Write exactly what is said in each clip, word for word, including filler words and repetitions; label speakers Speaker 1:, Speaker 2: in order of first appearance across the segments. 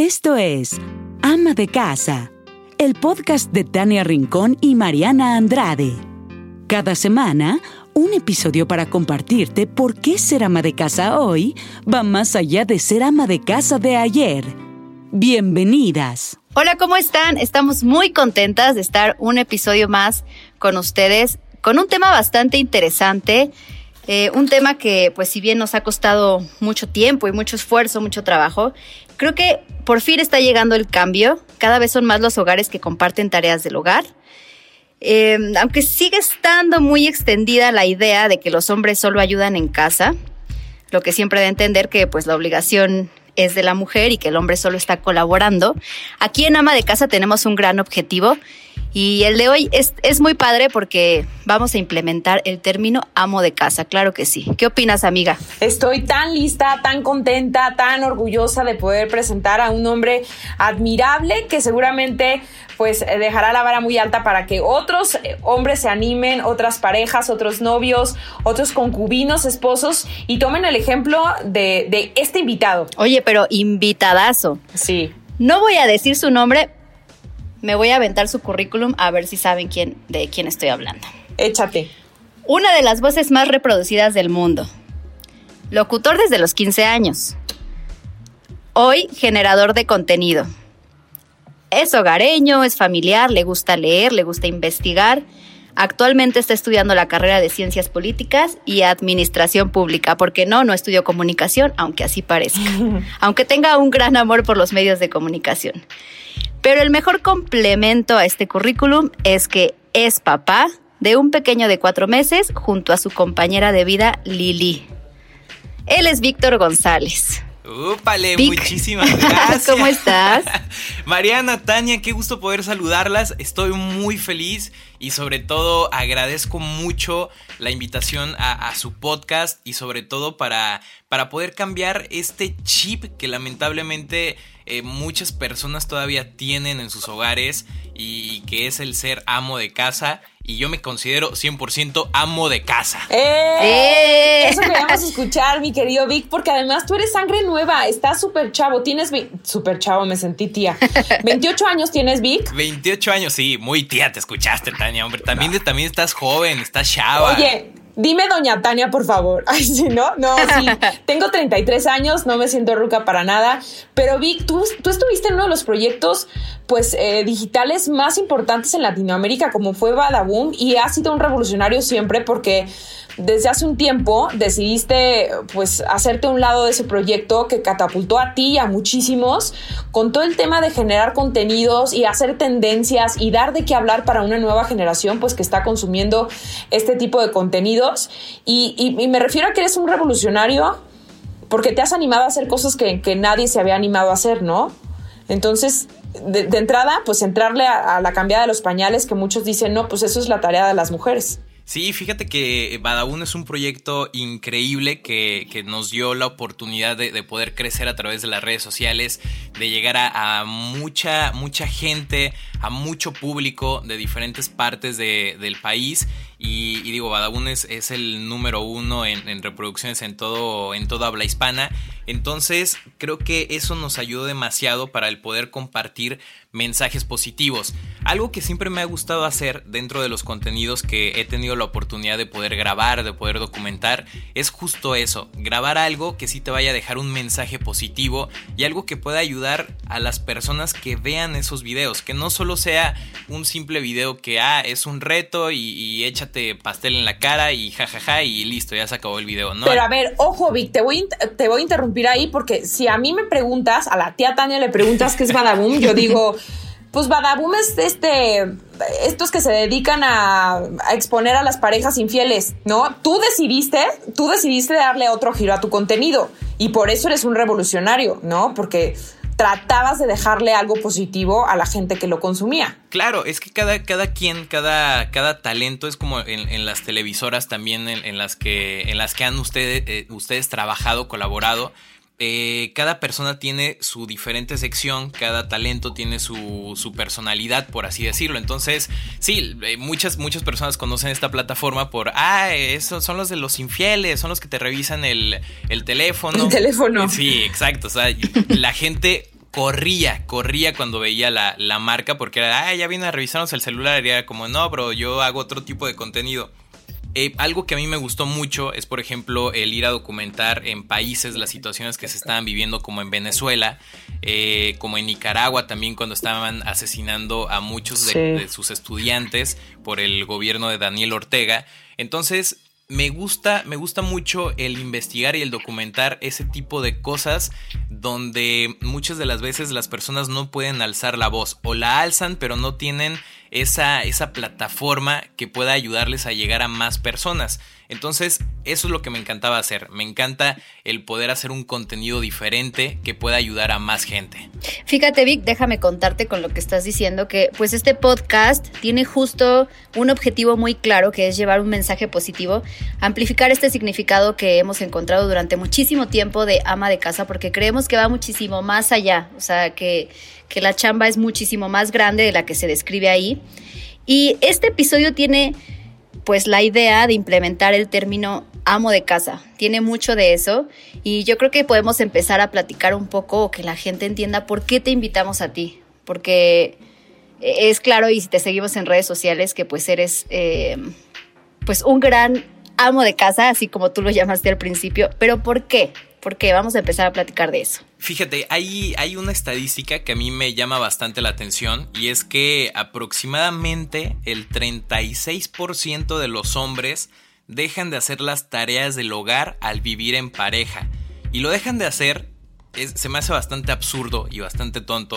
Speaker 1: Esto es Ama de Casa, el podcast de Tania Rincón y Mariana Andrade. Cada semana, un episodio para compartirte por qué ser ama de casa hoy va más allá de ser ama de casa de ayer. Bienvenidas.
Speaker 2: Hola, ¿cómo están? Estamos muy contentas de estar un episodio más con ustedes, con un tema bastante interesante, eh, un tema que, pues, si bien nos ha costado mucho tiempo y mucho esfuerzo, mucho trabajo, creo que por fin está llegando el cambio. Cada vez son más los hogares que comparten tareas del hogar. Eh, aunque sigue estando muy extendida la idea de que los hombres solo ayudan en casa, lo que siempre da a entender que, pues, la obligación es de la mujer y que el hombre solo está colaborando. Aquí en Ama de Casa tenemos un gran objetivo y el de hoy es, es muy padre porque vamos a implementar el término amo de casa, claro que sí. ¿Qué opinas, amiga?
Speaker 3: Estoy tan lista, tan contenta, tan orgullosa de poder presentar a un hombre admirable que seguramente pues dejará la vara muy alta para que otros hombres se animen, otras parejas, otros novios, otros concubinos, esposos y tomen el ejemplo de, de este invitado.
Speaker 2: Oye, pero invitadazo.
Speaker 3: Sí.
Speaker 2: No voy a decir su nombre, me voy a aventar su currículum a ver si saben quién, de quién estoy hablando.
Speaker 3: Échate.
Speaker 2: Una de las voces más reproducidas del mundo. Locutor desde los quince años. Hoy generador de contenido. Es hogareño, es familiar, le gusta leer, le gusta investigar. Actualmente está estudiando la carrera de Ciencias Políticas y Administración Pública, porque no, no estudió comunicación, aunque así parezca. Aunque tenga un gran amor por los medios de comunicación. Pero el mejor complemento a este currículum es que es papá de un pequeño de cuatro meses junto a su compañera de vida, Lili. Él es Víctor González.
Speaker 4: ¡Úpale!
Speaker 2: Vic.
Speaker 4: Muchísimas gracias.
Speaker 2: ¿Cómo estás?
Speaker 4: Mariana, Tania, qué gusto poder saludarlas. Estoy muy feliz y sobre todo agradezco mucho la invitación a, a su podcast y sobre todo para, para poder cambiar este chip que lamentablemente eh, muchas personas todavía tienen en sus hogares y que es el ser amo de casa. Y yo me considero cien por ciento amo de casa.
Speaker 3: ¡Eh!
Speaker 2: ¡Eh!
Speaker 3: Eso queríamos escuchar, mi querido Vic, porque además tú eres sangre nueva, estás súper chavo, tienes... Ve- súper chavo, me sentí tía. ¿veintiocho años tienes, Vic?
Speaker 4: veintiocho años, sí, muy tía, te escuchaste, Tania, hombre. También, también estás joven, estás chava.
Speaker 3: Oye, dime doña Tania, por favor. Ay, sí, ¿no? No, sí. Tengo treinta y tres años, no me siento ruca para nada. Pero Vic, tú, tú estuviste en uno de los proyectos pues eh, digitales más importantes en Latinoamérica, como fue Badaboom, y has sido un revolucionario siempre porque desde hace un tiempo decidiste pues hacerte a un lado de ese proyecto que catapultó a ti y a muchísimos con todo el tema de generar contenidos y hacer tendencias y dar de qué hablar para una nueva generación pues que está consumiendo este tipo de contenidos y, y, y me refiero a que eres un revolucionario porque te has animado a hacer cosas que, que nadie se había animado a hacer, ¿no? Entonces, de, de entrada, pues entrarle a, a la cambiada de los pañales que muchos dicen, no, pues eso es la tarea de las mujeres.
Speaker 4: Sí, fíjate que Badaboom es un proyecto increíble que, que nos dio la oportunidad de, de poder crecer a través de las redes sociales, de llegar a, a mucha, mucha gente, a mucho público de diferentes partes de, del país. Y, y digo, Badaboom es, es el número uno en, en reproducciones en todo, en toda habla hispana. Entonces, creo que eso nos ayudó demasiado para el poder compartir mensajes positivos. Algo que siempre me ha gustado hacer dentro de los contenidos que he tenido la oportunidad de poder grabar, de poder documentar, es justo eso, grabar algo que sí te vaya a dejar un mensaje positivo y algo que pueda ayudar a las personas que vean esos videos, que no solo sea un simple video que ah, es un reto y, y échate pastel en la cara y jajaja ja, ja, y listo, ya se acabó el video, ¿no?
Speaker 3: Pero a ver, ojo Vic, te voy, te voy a interrumpir ahí porque si a mí me preguntas, a la tía Tania le preguntas qué es Badaboom, yo digo... Pues Badaboom es este, estos que se dedican a, a exponer a las parejas infieles, ¿no? Tú decidiste, tú decidiste darle otro giro a tu contenido y por eso eres un revolucionario, ¿no? Porque tratabas de dejarle algo positivo a la gente que lo consumía.
Speaker 4: Claro, es que cada, cada quien, cada, cada talento es como en, en las televisoras también en, en las que, en las que han ustedes, eh, ustedes trabajado, colaborado. Eh, cada persona tiene su diferente sección, cada talento tiene su, su personalidad, por así decirlo. Entonces, sí, eh, muchas, muchas personas conocen esta plataforma por, ah, esos son los de los infieles, son los que te revisan el, el teléfono.
Speaker 3: El teléfono.
Speaker 4: Sí, exacto. O sea, la gente corría, corría cuando veía la, la marca porque era, ah, ya viene a revisarnos el celular y era como, no, bro, yo hago otro tipo de contenido. Eh, algo que a mí me gustó mucho es, por ejemplo, el ir a documentar en países las situaciones que se estaban viviendo, como en Venezuela, eh, como en Nicaragua también, cuando estaban asesinando a muchos de, sí. de sus estudiantes por el gobierno de Daniel Ortega. Entonces, me gusta, me gusta mucho el investigar y el documentar ese tipo de cosas donde muchas de las veces las personas no pueden alzar la voz, o la alzan pero no tienen esa, esa plataforma que pueda ayudarles a llegar a más personas. Entonces, eso es lo que me encantaba hacer. Me encanta el poder hacer un contenido diferente que pueda ayudar a más gente.
Speaker 2: Fíjate, Vic, déjame contarte con lo que estás diciendo, que pues este podcast tiene justo un objetivo muy claro, que es llevar un mensaje positivo, amplificar este significado que hemos encontrado durante muchísimo tiempo de ama de casa, porque creemos que va muchísimo más allá, o sea, que, que la chamba es muchísimo más grande de la que se describe ahí. Y este episodio tiene pues la idea de implementar el término amo de casa. Tiene mucho de eso y yo creo que podemos empezar a platicar un poco, o que la gente entienda por qué te invitamos a ti, porque es claro, y si te seguimos en redes sociales, que pues eres eh, pues un gran amo de casa, así como tú lo llamaste al principio. Pero ¿por qué? Porque vamos a empezar a platicar de eso.
Speaker 4: Fíjate, hay, hay una estadística que a mí me llama bastante la atención, y es que aproximadamente el treinta y seis por ciento de los hombres dejan de hacer las tareas del hogar al vivir en pareja. Y lo dejan de hacer, es, se me hace bastante absurdo y bastante tonto,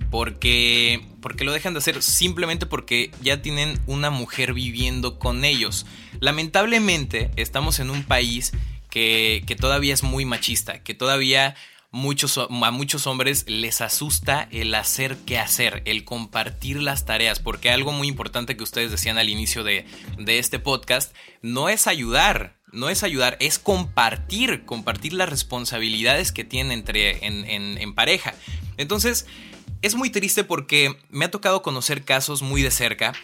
Speaker 4: porque, porque lo dejan de hacer simplemente porque ya tienen una mujer viviendo con ellos. Lamentablemente estamos en un país Que, que todavía es muy machista, que todavía muchos, a muchos hombres les asusta el hacer qué hacer, el compartir las tareas, porque algo muy importante que ustedes decían al inicio de, de este podcast, no es ayudar, no es ayudar, es compartir, compartir las responsabilidades que tienen entre, en, en, en pareja. Entonces, es muy triste porque me ha tocado conocer casos muy de cerca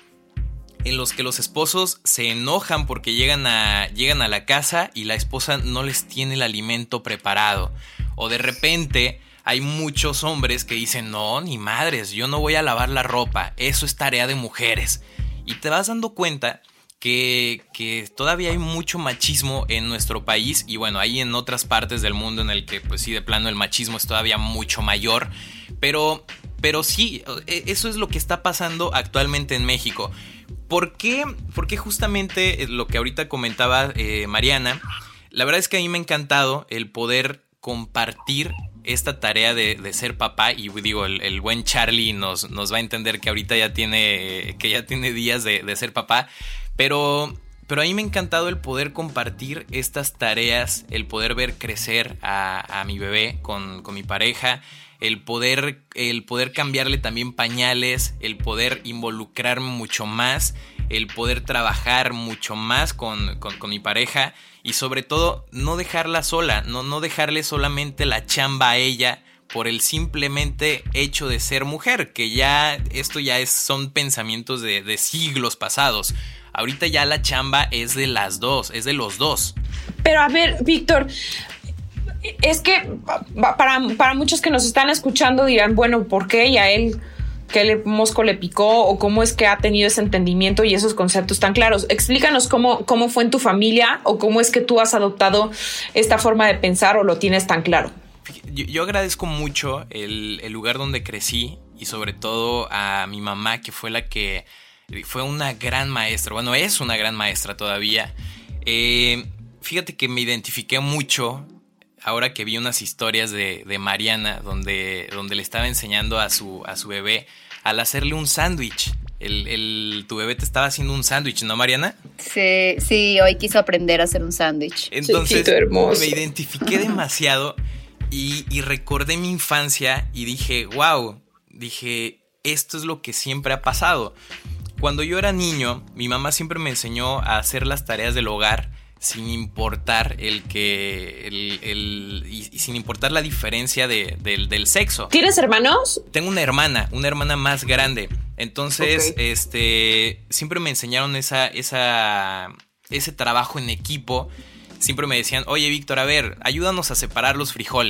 Speaker 4: en los que los esposos se enojan porque llegan a, llegan a la casa y la esposa no les tiene el alimento preparado. O de repente hay muchos hombres que dicen, no, ni madres, yo no voy a lavar la ropa, eso es tarea de mujeres. Y te vas dando cuenta que, que todavía hay mucho machismo en nuestro país, y bueno, hay en otras partes del mundo en el que pues sí, de plano el machismo es todavía mucho mayor, pero, pero sí, eso es lo que está pasando actualmente en México. ¿Por qué? Porque justamente lo que ahorita comentaba eh, Mariana, la verdad es que a mí me ha encantado el poder compartir esta tarea de, de ser papá, y digo, el, el buen Charlie nos, nos va a entender que ahorita ya tiene, que ya tiene días de, de ser papá, pero, pero a mí me ha encantado el poder compartir estas tareas, el poder ver crecer a, a mi bebé con, con mi pareja, el poder, el poder cambiarle también pañales, el poder involucrarme mucho más, el poder trabajar mucho más con, con, con mi pareja, y sobre todo no dejarla sola, no, no dejarle solamente la chamba a ella por el simplemente hecho de ser mujer, que ya esto ya es, son pensamientos de, de siglos pasados. Ahorita ya la chamba es de las dos, es de los dos.
Speaker 3: Pero a ver, Víctor, es que para, para muchos que nos están escuchando dirán, bueno, ¿por qué? Y a él, ¿qué le, mosco le picó? ¿O cómo es que ha tenido ese entendimiento y esos conceptos tan claros? Explícanos cómo, cómo fue en tu familia, o cómo es que tú has adoptado esta forma de pensar, o lo tienes tan claro.
Speaker 4: Yo, yo agradezco mucho el, el lugar donde crecí, y sobre todo a mi mamá, que fue la que fue una gran maestra. Bueno, es una gran maestra todavía. Eh, fíjate que me identifiqué mucho ahora que vi unas historias de, de Mariana, donde, donde le estaba enseñando a su, a su bebé al hacerle un sándwich. El, el, tu bebé te estaba haciendo un sándwich, ¿no, Mariana?
Speaker 2: Sí, sí, hoy quiso aprender a hacer un sándwich.
Speaker 4: Entonces me identifiqué demasiado y, y recordé mi infancia y dije, wow, dije, esto es lo que siempre ha pasado. Cuando yo era niño, mi mamá siempre me enseñó a hacer las tareas del hogar sin importar el que el, el y, y sin importar la diferencia de, del, del sexo.
Speaker 3: ¿Tienes hermanos?
Speaker 4: Tengo una hermana, una hermana más grande. Entonces, okay. este, siempre me enseñaron esa, esa, ese trabajo en equipo. Siempre me decían, oye, Víctor, a ver, ayúdanos a separar los frijoles.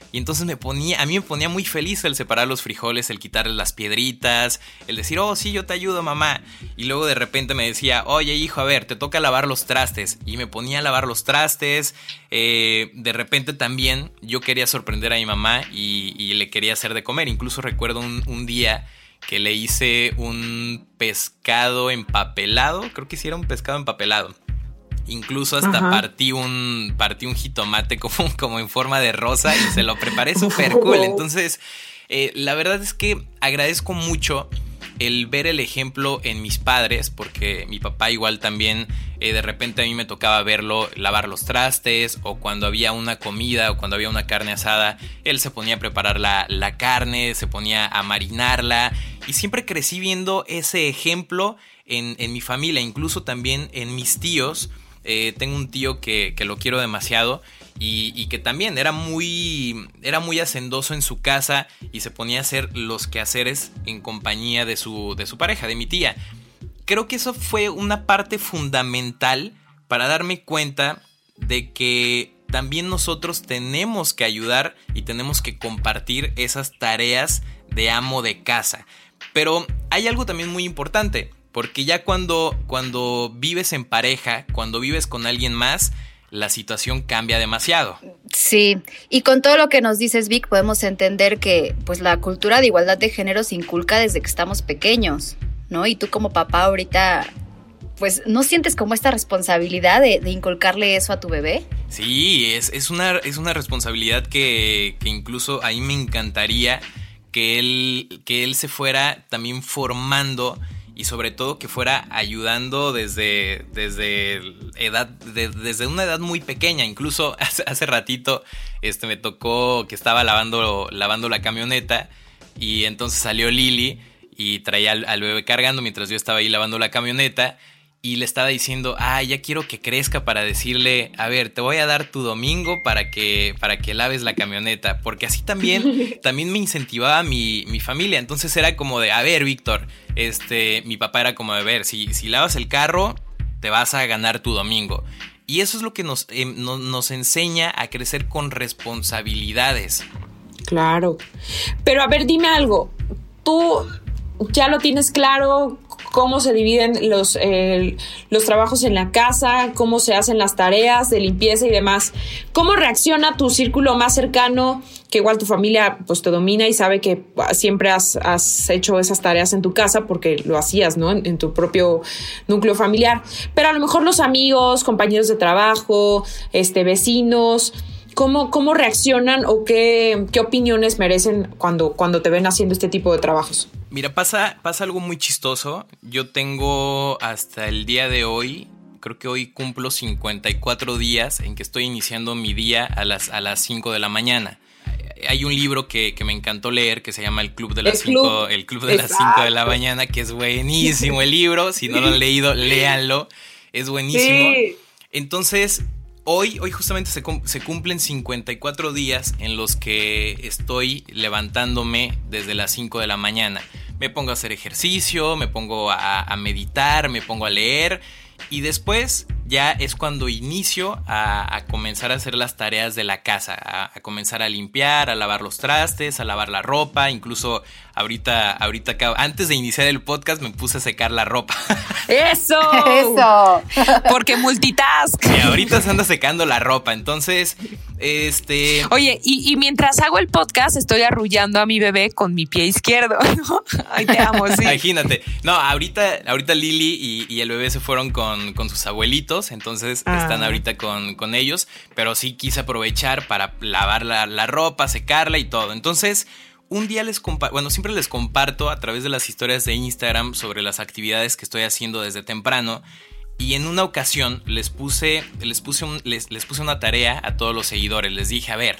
Speaker 4: Y entonces me ponía, a mí me ponía muy feliz el separar los frijoles, el quitarles las piedritas, el decir, oh sí, yo te ayudo, mamá. Y luego de repente me decía, oye hijo, a ver, te toca lavar los trastes. Y me ponía a lavar los trastes. Eh, de repente también yo quería sorprender a mi mamá y, y le quería hacer de comer. Incluso recuerdo un, un día que le hice un pescado empapelado, creo que sí era un pescado empapelado. Incluso hasta Ajá. partí un partí un jitomate como, como en forma de rosa y se lo preparé súper cool. Entonces, eh, la verdad es que agradezco mucho el ver el ejemplo en mis padres, porque mi papá igual también, eh, de repente a mí me tocaba verlo lavar los trastes, o cuando había una comida o cuando había una carne asada, él se ponía a preparar la, la carne, se ponía a marinarla, y siempre crecí viendo ese ejemplo en, en mi familia, incluso también en mis tíos. Eh, tengo un tío que, que lo quiero demasiado y, y que también era muy, era muy hacendoso en su casa y se ponía a hacer los quehaceres en compañía de su, de su pareja, de mi tía. Creo que eso fue una parte fundamental para darme cuenta de que también nosotros tenemos que ayudar y tenemos que compartir esas tareas de amo de casa. Pero hay algo también muy importante. Porque ya cuando, cuando vives en pareja, cuando vives con alguien más, la situación cambia demasiado.
Speaker 2: Sí, y con todo lo que nos dices, Vic, podemos entender que pues la cultura de igualdad de género se inculca desde que estamos pequeños, ¿no? Y tú como papá ahorita, pues, ¿no sientes como esta responsabilidad de, de inculcarle eso a tu bebé?
Speaker 4: Sí, es, es, una, es una responsabilidad que, que incluso ahí me encantaría que él, que él se fuera también formando. Y sobre todo que fuera ayudando desde, desde, edad, de, desde una edad muy pequeña. Incluso hace, hace ratito este, me tocó que estaba lavando, lavando la camioneta. Y entonces salió Lili y traía al, al bebé cargando mientras yo estaba ahí lavando la camioneta. Y le estaba diciendo, ah, ya quiero que crezca para decirle, a ver, te voy a dar tu domingo para que, para que laves la camioneta. Porque así también, también me incentivaba mi, mi familia. Entonces era como de, a ver, Víctor, este, mi papá era como de, a ver, si, si lavas el carro, te vas a ganar tu domingo. Y eso es lo que nos, eh, no, nos enseña a crecer con responsabilidades.
Speaker 3: Claro. Pero a ver, dime algo. Tú ya lo tienes claro, cómo se dividen los, eh, los trabajos en la casa, cómo se hacen las tareas de limpieza y demás. ¿Cómo reacciona tu círculo más cercano, que igual tu familia pues te domina y sabe que siempre has, has hecho esas tareas en tu casa porque lo hacías, ¿no? En, en tu propio núcleo familiar. Pero a lo mejor los amigos, compañeros de trabajo, este, vecinos, ¿cómo, cómo reaccionan o qué, qué opiniones merecen cuando, cuando te ven haciendo este tipo de trabajos?
Speaker 4: Mira, pasa, pasa algo muy chistoso. Yo tengo hasta el día de hoy, creo que hoy cumplo cincuenta y cuatro días en que estoy iniciando mi día a las, a las cinco de la mañana. Hay un libro que, que me encantó leer que se llama El Club de las cinco, el Club de las cinco de la mañana, que es buenísimo el libro. Si no lo han leído, léanlo. Es buenísimo. Sí. Entonces, hoy, hoy justamente se, se cumplen cincuenta y cuatro días en los que estoy levantándome desde las cinco de la mañana. Me pongo a hacer ejercicio, me pongo a, a meditar, me pongo a leer. Y después ya es cuando inicio a, a comenzar a hacer las tareas de la casa, a, a comenzar a limpiar, a lavar los trastes, a lavar la ropa. Incluso ahorita, ahorita antes de iniciar el podcast me puse a secar la ropa.
Speaker 3: ¡Eso!
Speaker 2: ¡Eso!
Speaker 3: Porque multitask.
Speaker 4: Y ahorita se anda secando la ropa, entonces, este...
Speaker 3: Oye, y, y mientras hago el podcast estoy arrullando a mi bebé con mi pie izquierdo, ¿no? Ay, te amo, sí.
Speaker 4: Imagínate. No, ahorita, ahorita Lili y, y el bebé se fueron con, con sus abuelitos, entonces ah. están ahorita con, con ellos, pero sí quise aprovechar para lavar la, la ropa, secarla y todo. Entonces, un día les comparto, bueno, siempre les comparto a través de las historias de Instagram sobre las actividades que estoy haciendo desde temprano. Y en una ocasión les puse, les puse, un, les, les puse una tarea a todos los seguidores. Les dije, a ver,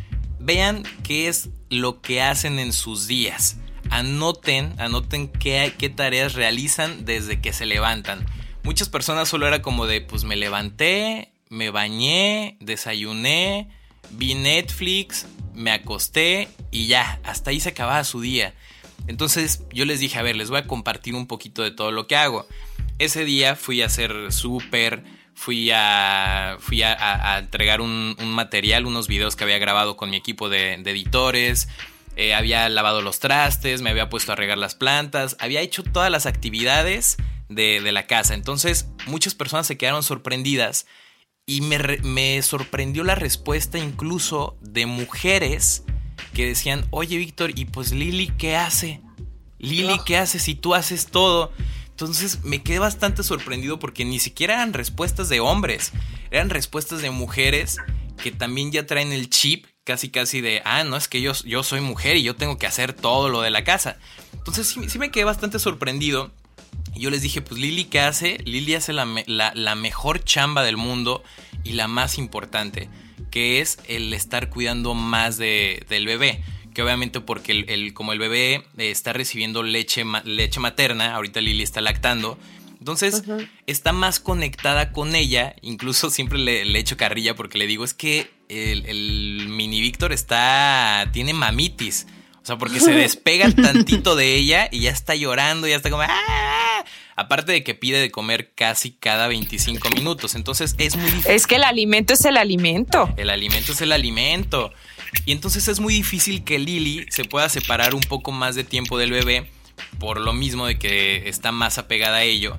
Speaker 4: vean qué es lo que hacen en sus días. Anoten, anoten qué, qué tareas realizan desde que se levantan. Muchas personas solo era como de, pues me levanté, me bañé, desayuné, vi Netflix, me acosté y ya, hasta ahí se acababa su día. Entonces yo les dije, a ver, les voy a compartir un poquito de todo lo que hago. Ese día fui a hacer súper, fui a, fui a, a, a entregar un, un material, unos videos que había grabado con mi equipo de, de editores. Eh, había lavado los trastes, me había puesto a regar las plantas, había hecho todas las actividades de, de la casa. Entonces muchas personas se quedaron sorprendidas y me, me sorprendió la respuesta incluso de mujeres que decían, oye Víctor, ¿y pues Lili qué hace? Lili, ¿qué hace si tú haces todo? Entonces me quedé bastante sorprendido porque ni siquiera eran respuestas de hombres, eran respuestas de mujeres que también ya traen el chip casi casi de, ah, no, es que yo, yo soy mujer y yo tengo que hacer todo lo de la casa. Entonces sí, sí me quedé bastante sorprendido. Y yo les dije, pues Lili, ¿qué hace? Lili hace la, la, la mejor chamba del mundo y la más importante, que es el estar cuidando más de, del bebé. Que obviamente porque el, el, como el bebé está recibiendo leche, leche materna, ahorita Lili está lactando, entonces uh-huh. está más conectada con ella. Incluso siempre le, le echo carrilla porque le digo, es que el, el mini Víctor está, tiene mamitis. O sea, porque se despega tantito de ella y ya está llorando, ya está como... ¡ah! Aparte de que pide de comer casi cada veinticinco minutos. Entonces es muy difícil.
Speaker 3: Es que el alimento es el alimento.
Speaker 4: El alimento es el alimento. Y entonces es muy difícil que Lili se pueda separar un poco más de tiempo del bebé, por lo mismo de que está más apegada a ello.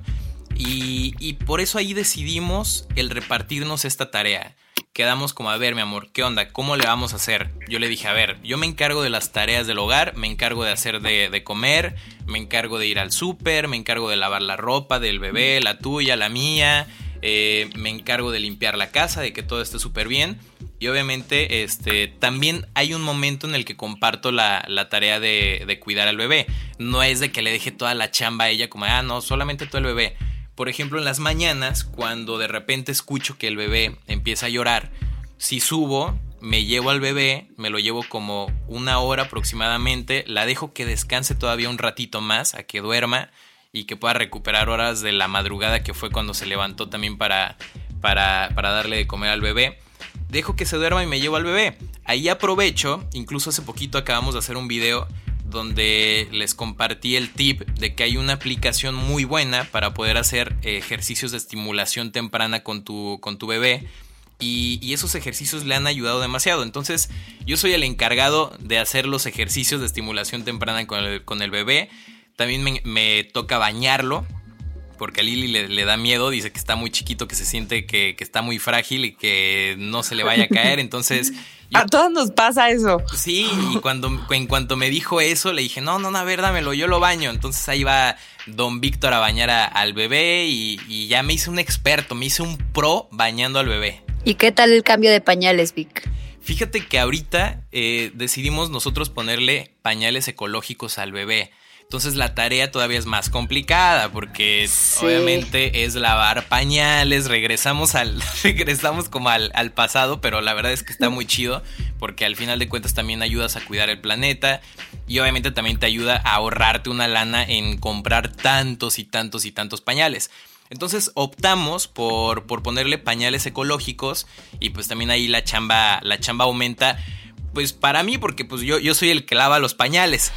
Speaker 4: Y, y por eso ahí decidimos el repartirnos esta tarea. Quedamos como, a ver, mi amor, ¿qué onda? ¿Cómo le vamos a hacer? Yo le dije, a ver, yo me encargo de las tareas del hogar, me encargo de hacer de, de comer, me encargo de ir al súper, me encargo de lavar la ropa del bebé, la tuya, la mía, eh, me encargo de limpiar la casa, de que todo esté súper bien. Y obviamente este, también hay un momento en el que comparto la, la tarea de, de cuidar al bebé. No es de que le deje toda la chamba a ella como, ah, no, solamente tú el bebé. Por ejemplo, en las mañanas, cuando de repente escucho que el bebé empieza a llorar, si subo, me llevo al bebé, me lo llevo como una hora aproximadamente, la dejo que descanse todavía un ratito más, a que duerma y que pueda recuperar horas de la madrugada que fue cuando se levantó también para, para, para darle de comer al bebé. Dejo que se duerma y me llevo al bebé. Ahí aprovecho, incluso hace poquito acabamos de hacer un video donde les compartí el tip de que hay una aplicación muy buena para poder hacer ejercicios de estimulación temprana con tu, con tu bebé. Y, y esos ejercicios le han ayudado demasiado. Entonces yo soy el encargado de hacer los ejercicios de estimulación temprana con el, con el bebé. También me, me toca bañarlo, porque a Lili le, le da miedo, dice que está muy chiquito, que se siente que, que está muy frágil y que no se le vaya a caer, entonces... Yo,
Speaker 3: a todos nos pasa eso.
Speaker 4: Sí, y cuando, en cuanto me dijo eso, le dije, no, no, no, a ver, dámelo, yo lo baño. Entonces ahí va don Víctor a bañar a, al bebé y, y ya me hice un experto, me hice un pro bañando al bebé.
Speaker 2: ¿Y qué tal el cambio de pañales, Vic?
Speaker 4: Fíjate que ahorita eh, decidimos nosotros ponerle pañales ecológicos al bebé. Entonces la tarea todavía es más complicada porque sí. Obviamente es lavar pañales, regresamos al regresamos como al, al pasado, pero la verdad es que está muy chido porque al final de cuentas también ayudas a cuidar el planeta y obviamente también te ayuda a ahorrarte una lana en comprar tantos y tantos y tantos pañales. Entonces optamos por, por ponerle pañales ecológicos y pues también ahí la chamba, la chamba aumenta. Pues para mí, porque pues yo, yo soy el que lava los pañales.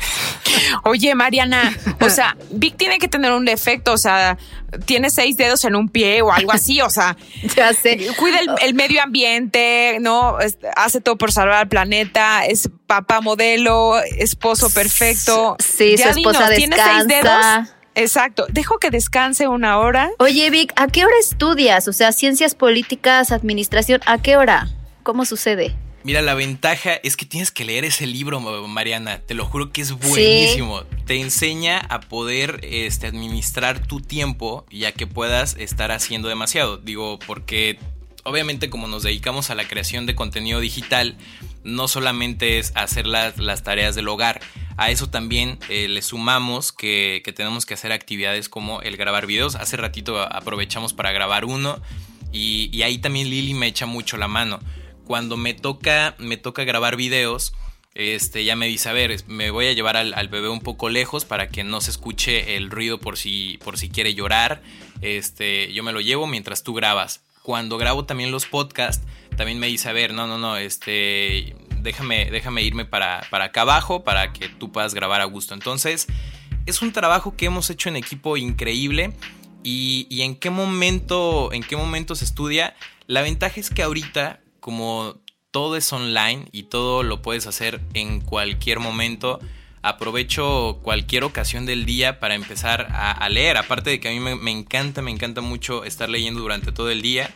Speaker 3: Oye, Mariana, o sea, Vic tiene que tener un defecto, o sea, tiene seis dedos en un pie o algo así, o sea,
Speaker 2: ya sé.
Speaker 3: Cuida el, el medio ambiente, ¿no? Hace todo por salvar al planeta, es papá modelo, esposo perfecto.
Speaker 2: Sí, ya su esposa dinos, descansa. ¿Tiene seis dedos?
Speaker 3: Exacto. Dejo que descanse una hora.
Speaker 2: Oye, Vic, ¿a qué hora estudias? O sea, ciencias políticas, administración, ¿a qué hora? ¿Cómo sucede?
Speaker 4: Mira, la ventaja es que tienes que leer ese libro, Mariana. Te lo juro que es buenísimo. Sí. Te enseña a poder este, administrar tu tiempo y a que puedas estar haciendo demasiado. Digo, porque obviamente como nos dedicamos a la creación de contenido digital, no solamente es hacer las, las tareas del hogar. A eso también eh, le sumamos que, que tenemos que hacer actividades como el grabar videos. Hace ratito aprovechamos para grabar uno y, y ahí también Lili me echa mucho la mano. Cuando me toca, me toca grabar videos, este, ya me dice, a ver, me voy a llevar al, al bebé un poco lejos para que no se escuche el ruido por si, por si quiere llorar. Este, yo me lo llevo mientras tú grabas. Cuando grabo también los podcasts, también me dice, a ver, no, no, no, este, déjame, déjame irme para, para acá abajo para que tú puedas grabar a gusto. Entonces, es un trabajo que hemos hecho en equipo increíble. ¿Y, y en qué momento, en qué momento se estudia? La ventaja es que ahorita, como todo es online y todo lo puedes hacer en cualquier momento, aprovecho cualquier ocasión del día para empezar a, a leer. Aparte de que a mí me, me encanta, me encanta mucho estar leyendo durante todo el día.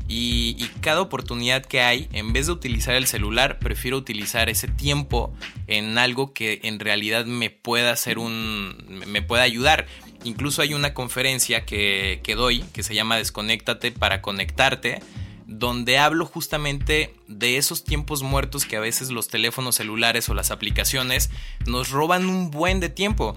Speaker 4: Y, y cada oportunidad que hay, en vez de utilizar el celular, prefiero utilizar ese tiempo en algo que en realidad me pueda hacer un, me pueda ayudar. Incluso hay una conferencia que, que doy que se llama Desconéctate para conectarte, donde hablo justamente de esos tiempos muertos que a veces los teléfonos celulares o las aplicaciones nos roban un buen de tiempo.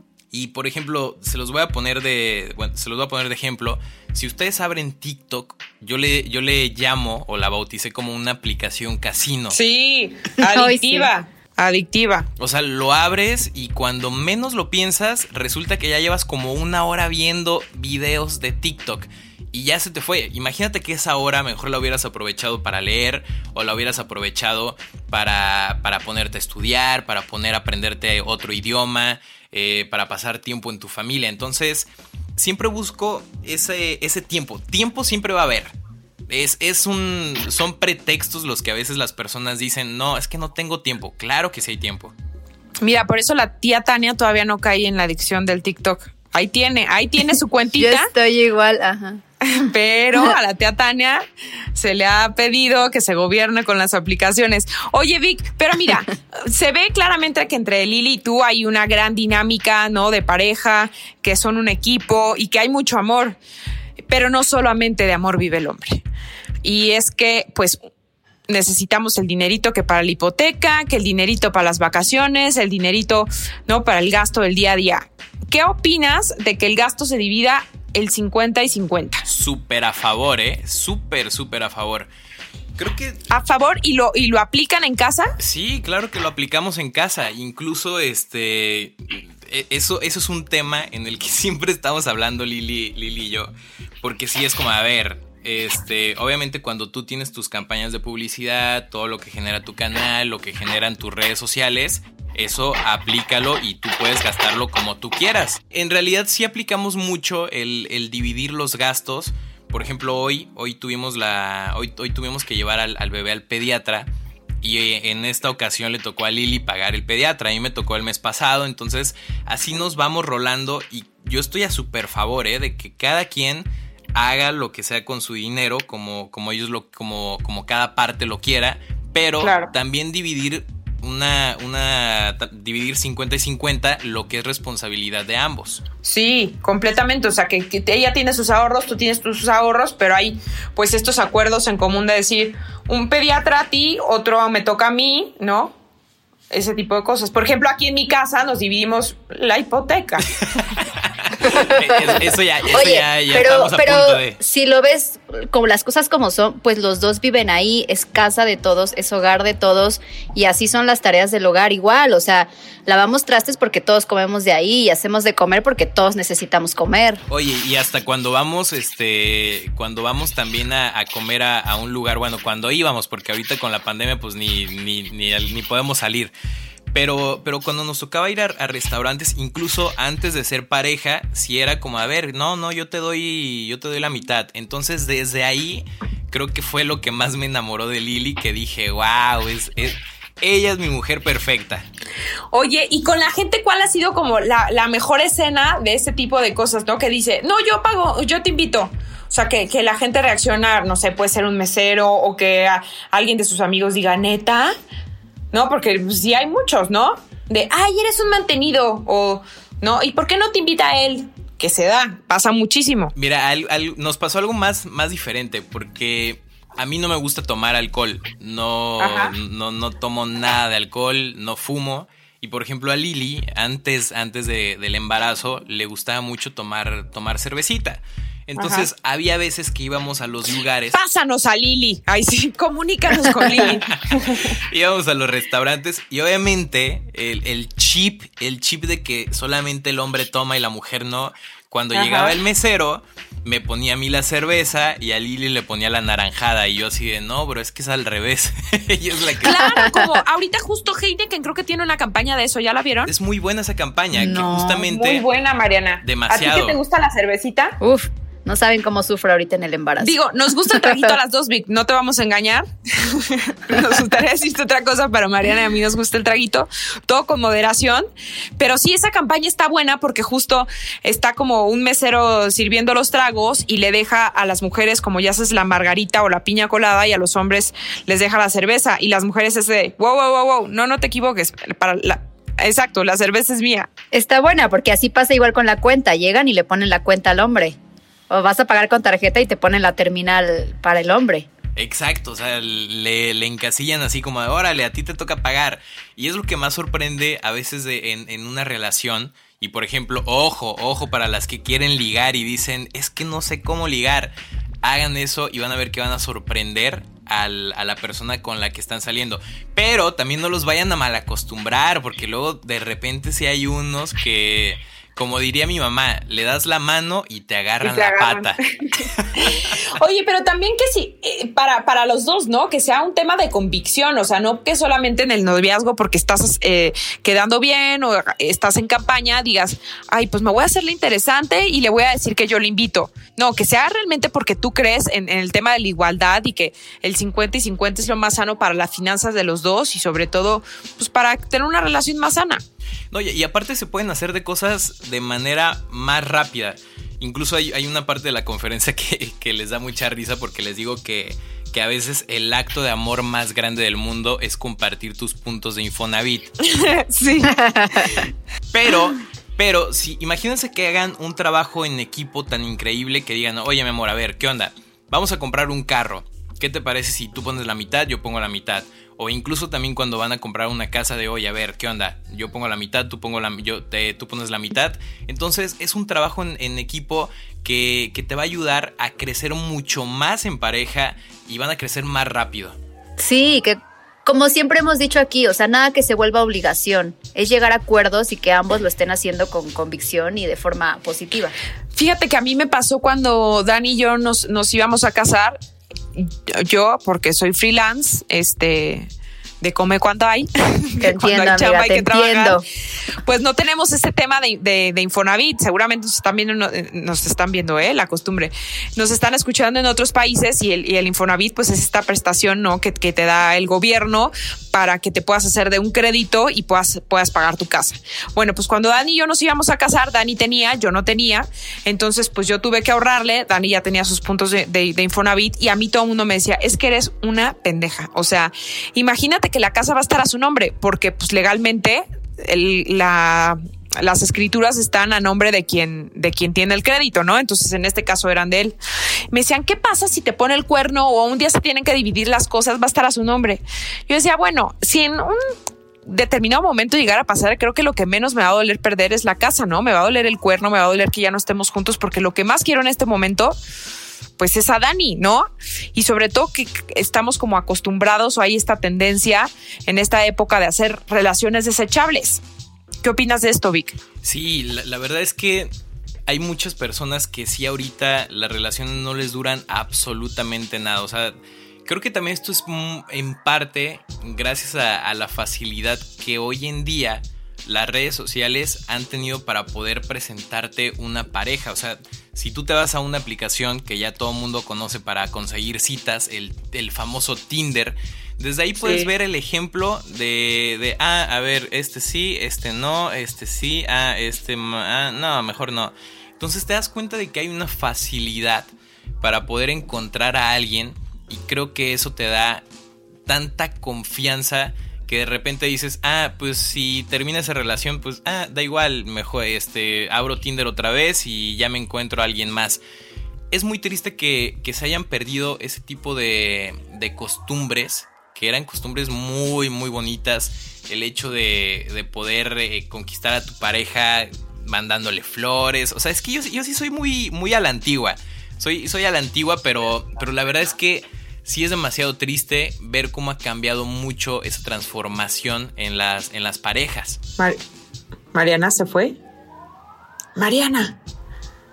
Speaker 4: Y por ejemplo, se los voy a poner de, bueno, se los voy a poner de ejemplo. Si ustedes abren TikTok, yo le, yo le llamo o la bauticé como una aplicación casino.
Speaker 3: Sí, adictiva. Sí. Adictiva.
Speaker 4: O sea, lo abres y cuando menos lo piensas, resulta que ya llevas como una hora viendo videos de TikTok. Y ya se te fue. Imagínate que esa hora mejor la hubieras aprovechado para leer, o la hubieras aprovechado para, para ponerte a estudiar, para poner a aprenderte otro idioma, eh, para pasar tiempo en tu familia. Entonces, siempre busco ese, ese tiempo. Tiempo siempre va a haber. Es, es un, son pretextos los que a veces las personas dicen, no, es que no tengo tiempo. Claro que sí hay tiempo.
Speaker 3: Mira, por eso la tía Tania todavía no cae en la adicción del TikTok. Ahí tiene, ahí tiene su cuentita.
Speaker 2: Yo estoy igual, ajá.
Speaker 3: Pero a la tía Tania se le ha pedido que se gobierne con las aplicaciones. Oye, Vic, pero mira, se ve claramente que entre Lili y tú hay una gran dinámica, ¿no? De pareja, que son un equipo y que hay mucho amor. Pero no solamente de amor vive el hombre. Y es que, pues, necesitamos el dinerito que para la hipoteca, que el dinerito para las vacaciones, el dinerito, ¿no? Para el gasto del día a día. ¿Qué opinas de que el gasto se divida el cincuenta y cincuenta?
Speaker 4: Súper a favor, ¿eh? Súper, súper a favor. Creo que...
Speaker 3: ¿A favor? ¿Y lo, y lo aplican en casa?
Speaker 4: Sí, claro que lo aplicamos en casa. Incluso, este... Eso, eso es un tema en el que siempre estamos hablando Lili, Lili y yo. Porque sí es como, a ver... Este, obviamente cuando tú tienes tus campañas de publicidad, todo lo que genera tu canal, lo que generan tus redes sociales, eso aplícalo y tú puedes gastarlo como tú quieras. En realidad sí aplicamos mucho el, el dividir los gastos. Por ejemplo, hoy, hoy tuvimos la, hoy, hoy tuvimos que llevar al, al bebé al pediatra. Y en esta ocasión le tocó a Lili pagar el pediatra. A mí me tocó el mes pasado. Entonces así nos vamos rolando. Y yo estoy a súper favor, ¿eh? De que cada quien haga lo que sea con su dinero, como, como ellos lo, como, como cada parte lo quiera, pero claro, también dividir una, una dividir cincuenta y cincuenta lo que es responsabilidad de ambos.
Speaker 3: Sí, completamente. O sea, que, que ella tiene sus ahorros, tú tienes tus ahorros, pero hay pues estos acuerdos en común de decir, un pediatra a ti, otro me toca a mí, ¿no? Ese tipo de cosas. Por ejemplo, aquí en mi casa nos dividimos la hipoteca.
Speaker 4: Eso ya, eso
Speaker 2: Oye,
Speaker 4: ya, ya
Speaker 2: pero,
Speaker 4: estamos a
Speaker 2: pero
Speaker 4: punto de...
Speaker 2: si lo ves como las cosas como son, pues los dos viven ahí, es casa de todos, es hogar de todos, y así son las tareas del hogar igual. O sea, lavamos trastes porque todos comemos de ahí y hacemos de comer porque todos necesitamos comer.
Speaker 4: Oye, y hasta cuando vamos, este, cuando vamos también a, a comer a, a un lugar, bueno, cuando íbamos, porque ahorita con la pandemia pues ni, ni, ni, ni podemos salir. Pero, pero cuando nos tocaba ir a, a restaurantes, incluso antes de ser pareja, si era como, a ver, no, no, yo te doy, yo te doy la mitad. Entonces, desde ahí, creo que fue lo que más me enamoró de Lili, que dije, wow, es, es, ella es mi mujer perfecta.
Speaker 3: Oye, y con la gente, ¿cuál ha sido como la, la mejor escena de ese tipo de cosas, no? Que dice, no, yo pago, yo te invito. O sea, que, que la gente reacciona, no sé, puede ser un mesero o que a, alguien de sus amigos diga, ¿neta? No, porque pues, sí hay muchos, ¿no? De, ay, eres un mantenido, o, ¿no? ¿Y por qué no te invita a él? Que se da, pasa muchísimo.
Speaker 4: Mira, al, al, nos pasó algo más, más diferente, porque a mí no me gusta tomar alcohol. No, no, no tomo nada de alcohol, no fumo. Y por ejemplo a Lili, antes, antes de, del embarazo, le gustaba mucho tomar, tomar cervecita. Entonces, ajá, había veces que íbamos a los lugares.
Speaker 3: Pásanos a Lili. Ay, sí, comunícanos con Lili.
Speaker 4: Íbamos a los restaurantes y obviamente el, el chip, el chip de que solamente el hombre toma y la mujer no, Cuando
Speaker 3: Ajá.
Speaker 4: llegaba el mesero, me ponía a mí la cerveza y a Lili le ponía la naranjada. Y yo así de, no, bro, es que es al revés. Ella es la que...
Speaker 3: Claro, como ahorita justo Heineken creo que tiene una campaña de eso, ¿ya la vieron?
Speaker 4: Es muy buena esa campaña,
Speaker 2: No,
Speaker 4: que justamente...
Speaker 3: Muy buena, Mariana.
Speaker 4: Demasiado.
Speaker 3: ¿A ti que te gusta la cervecita?
Speaker 2: Uf, no saben cómo sufro ahorita en el embarazo.
Speaker 3: Digo, nos gusta el traguito a las dos, Vic, no te vamos a engañar. Nos gustaría decirte otra cosa, pero Mariana y a mí nos gusta el traguito, todo con moderación. Pero sí, esa campaña está buena porque justo está como un mesero sirviendo los tragos y le deja a las mujeres, como ya haces la margarita o la piña colada, y a los hombres les deja la cerveza. Y las mujeres es de, wow, wow, wow, wow, no, no te equivoques. Para la, exacto, la cerveza es mía.
Speaker 2: Está buena porque así pasa igual con la cuenta. Llegan y le ponen la cuenta al hombre. O vas a pagar con tarjeta y te ponen la terminal para el hombre.
Speaker 4: Exacto, o sea, le, le encasillan así como de, órale, a ti te toca pagar. Y es lo que más sorprende a veces de, en, en una relación. Y por ejemplo, ojo, ojo para las que quieren ligar y dicen, es que no sé cómo ligar. Hagan eso y van a ver que van a sorprender al, a la persona con la que están saliendo. Pero también no los vayan a malacostumbrar, porque luego de repente sí hay unos que... Como diría mi mamá, le das la mano y te agarran y te la agarran. Pata.
Speaker 3: Oye, pero también que sí, eh, para, para los dos, ¿no? Que sea un tema de convicción, o sea, no que solamente en el noviazgo porque estás eh, quedando bien o estás en campaña digas, ay, pues me voy a hacerle interesante y le voy a decir que yo le invito. No, que sea realmente porque tú crees en, en el tema de la igualdad y que el cincuenta y cincuenta es lo más sano para las finanzas de los dos y sobre todo, pues para tener una relación más sana.
Speaker 4: No, y, y aparte se pueden hacer de cosas de manera más rápida. Incluso hay, hay una parte de la conferencia que, que les da mucha risa porque les digo que, que a veces el acto de amor más grande del mundo es compartir tus puntos de Infonavit.
Speaker 3: Sí.
Speaker 4: Pero, pero, si imagínense que hagan un trabajo en equipo tan increíble que digan, oye, mi amor, a ver, ¿qué onda? Vamos a comprar un carro. ¿Qué te parece si tú pones la mitad, yo pongo la mitad? O incluso también cuando van a comprar una casa de, oye, a ver, ¿qué onda? Yo pongo la mitad, tú, pongo la, yo, te, tú pones la mitad. Entonces es un trabajo en, en equipo que, que te va a ayudar a crecer mucho más en pareja y van a crecer más rápido.
Speaker 2: Sí, que como siempre hemos dicho aquí, o sea, nada que se vuelva obligación. Es llegar a acuerdos y que ambos lo estén haciendo con convicción y de forma positiva.
Speaker 3: Fíjate que a mí me pasó cuando Dani y yo nos, nos íbamos a casar. Yo, porque soy freelance, este, de come cuando hay.
Speaker 2: Te entiendo, hay amiga, hay te que entiendo.
Speaker 3: Pues no tenemos ese tema de, de, de Infonavit. Seguramente nos están viendo, nos están viendo, eh, la costumbre. Nos están escuchando en otros países y el, y el Infonavit, pues es esta prestación, ¿no? Que, que te da el gobierno para que te puedas hacer de un crédito y puedas, puedas pagar tu casa. Bueno, pues cuando Dani y yo nos íbamos a casar, Dani tenía, yo no tenía. Entonces, pues yo tuve que ahorrarle. Dani ya tenía sus puntos de, de, de Infonavit y a mí todo el mundo me decía, es que eres una pendeja. O sea, imagínate que la casa va a estar a su nombre porque pues legalmente el, la... las escrituras están a nombre de quien, de quien tiene el crédito, ¿no? Entonces, en este caso eran de él. Me decían, ¿qué pasa si te pone el cuerno o un día se tienen que dividir las cosas? Va a estar a su nombre. Yo decía, bueno, si en un determinado momento llegara a pasar, creo que lo que menos me va a doler perder es la casa, ¿no? Me va a doler el cuerno, me va a doler que ya no estemos juntos, porque lo que más quiero en este momento, pues es a Dani, ¿no? Y sobre todo que estamos como acostumbrados o hay esta tendencia en esta época de hacer relaciones desechables. ¿Qué opinas de esto, Vic?
Speaker 4: Sí, la, la verdad es que hay muchas personas que sí ahorita las relaciones no les duran absolutamente nada. O sea, creo que también esto es en parte gracias a, a la facilidad que hoy en día las redes sociales han tenido para poder presentarte una pareja. O sea, si tú te vas a una aplicación que ya todo el mundo conoce para conseguir citas, el, el famoso Tinder, desde ahí puedes sí. ver el ejemplo de, de, ah, a ver, este sí, este no, este sí, ah, este, ah, no, mejor no. Entonces te das cuenta de que hay una facilidad para poder encontrar a alguien y creo que eso te da tanta confianza que de repente dices, ah, pues si termina esa relación, pues, ah, da igual, mejor, este, abro Tinder otra vez y ya me encuentro a alguien más. Es muy triste que, que se hayan perdido ese tipo de, de costumbres, que eran costumbres muy, muy bonitas. El hecho de, de poder eh, conquistar a tu pareja mandándole flores. O sea, es que yo, yo sí soy muy, muy a la antigua. Soy, soy a la antigua, pero, pero la verdad es que sí es demasiado triste ver cómo ha cambiado mucho esa transformación en las, en las parejas.
Speaker 3: Mar- Mariana se fue. Mariana.